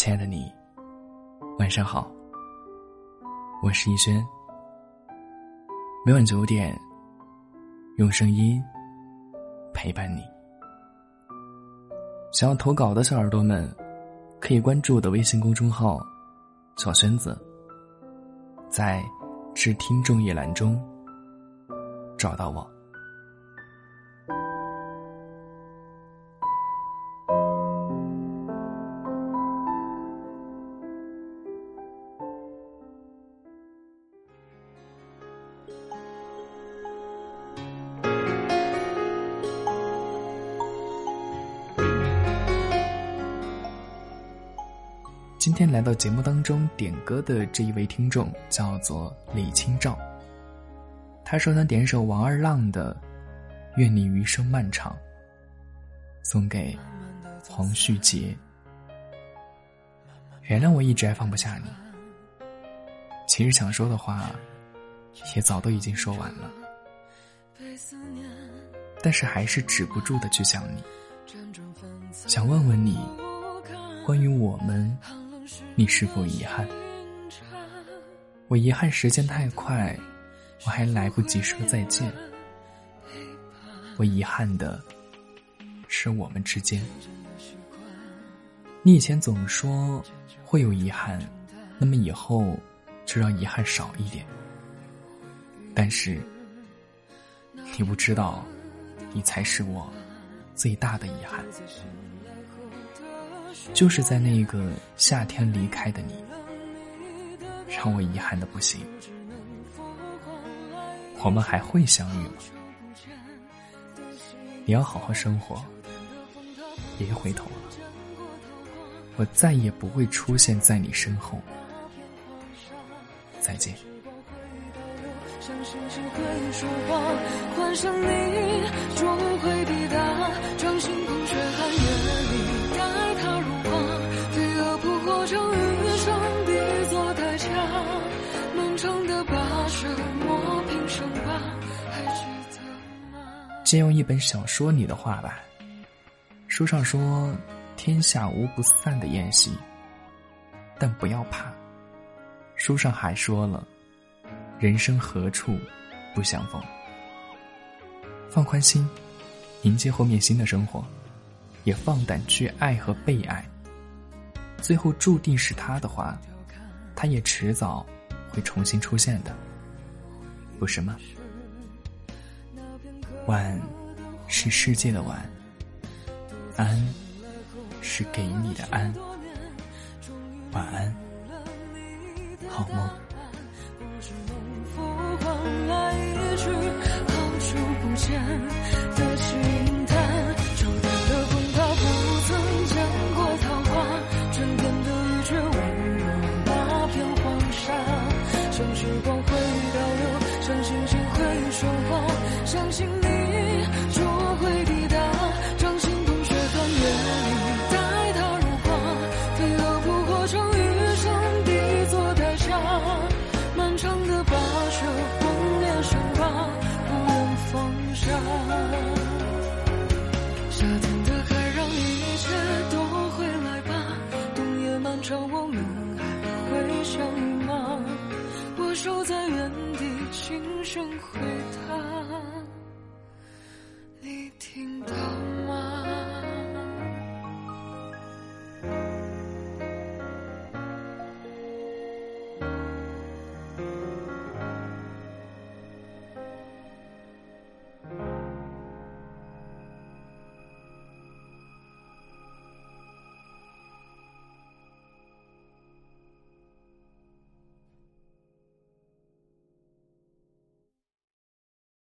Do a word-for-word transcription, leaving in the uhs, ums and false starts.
亲爱的你，晚上好，我是逸轩。每晚九点，用声音陪伴你。想要投稿的小耳朵们，可以关注我的微信公众号小轩子，在致听众一栏中找到我。今天来到节目当中点歌的这一位听众叫做李清照，他说他点首王二浪的《愿你余生漫长》，送给黄旭杰。原谅我一直还放不下你，其实想说的话也早都已经说完了，但是还是止不住的去想你，想问问你，关于我们你是否遗憾？我遗憾时间太快，我还来不及说再见。我遗憾的是我们之间。你以前总说会有遗憾，那么以后就让遗憾少一点。但是你不知道，你才是我最大的遗憾。就是在那个夏天离开的你，让我遗憾的不行。我们还会相遇吗？你要好好生活，别回头了，我再也不会出现在你身后。再见。 像星星会说话，幻想你终会抵达，掌心风雪寒夜里待它融化，飞蛾扑火成余生的座代价，漫长的跋涉磨平伤疤，还记得吗？ 借用一本小说里的话吧，书上说天下无不散的宴席，但不要怕。书上还说了，人生何处不相逢。放宽心，迎接后面新的生活，也放胆去爱和被爱。最后注定是他的话，他也迟早会重新出现的，不是吗？晚是世界的晚，安是给你的安。晚安，好梦。 来一句好久不见的轻叹，秋天的风它不曾见过桃花，春天的一句温柔那片黄沙，像时光会倒流，像星星会说话，相信你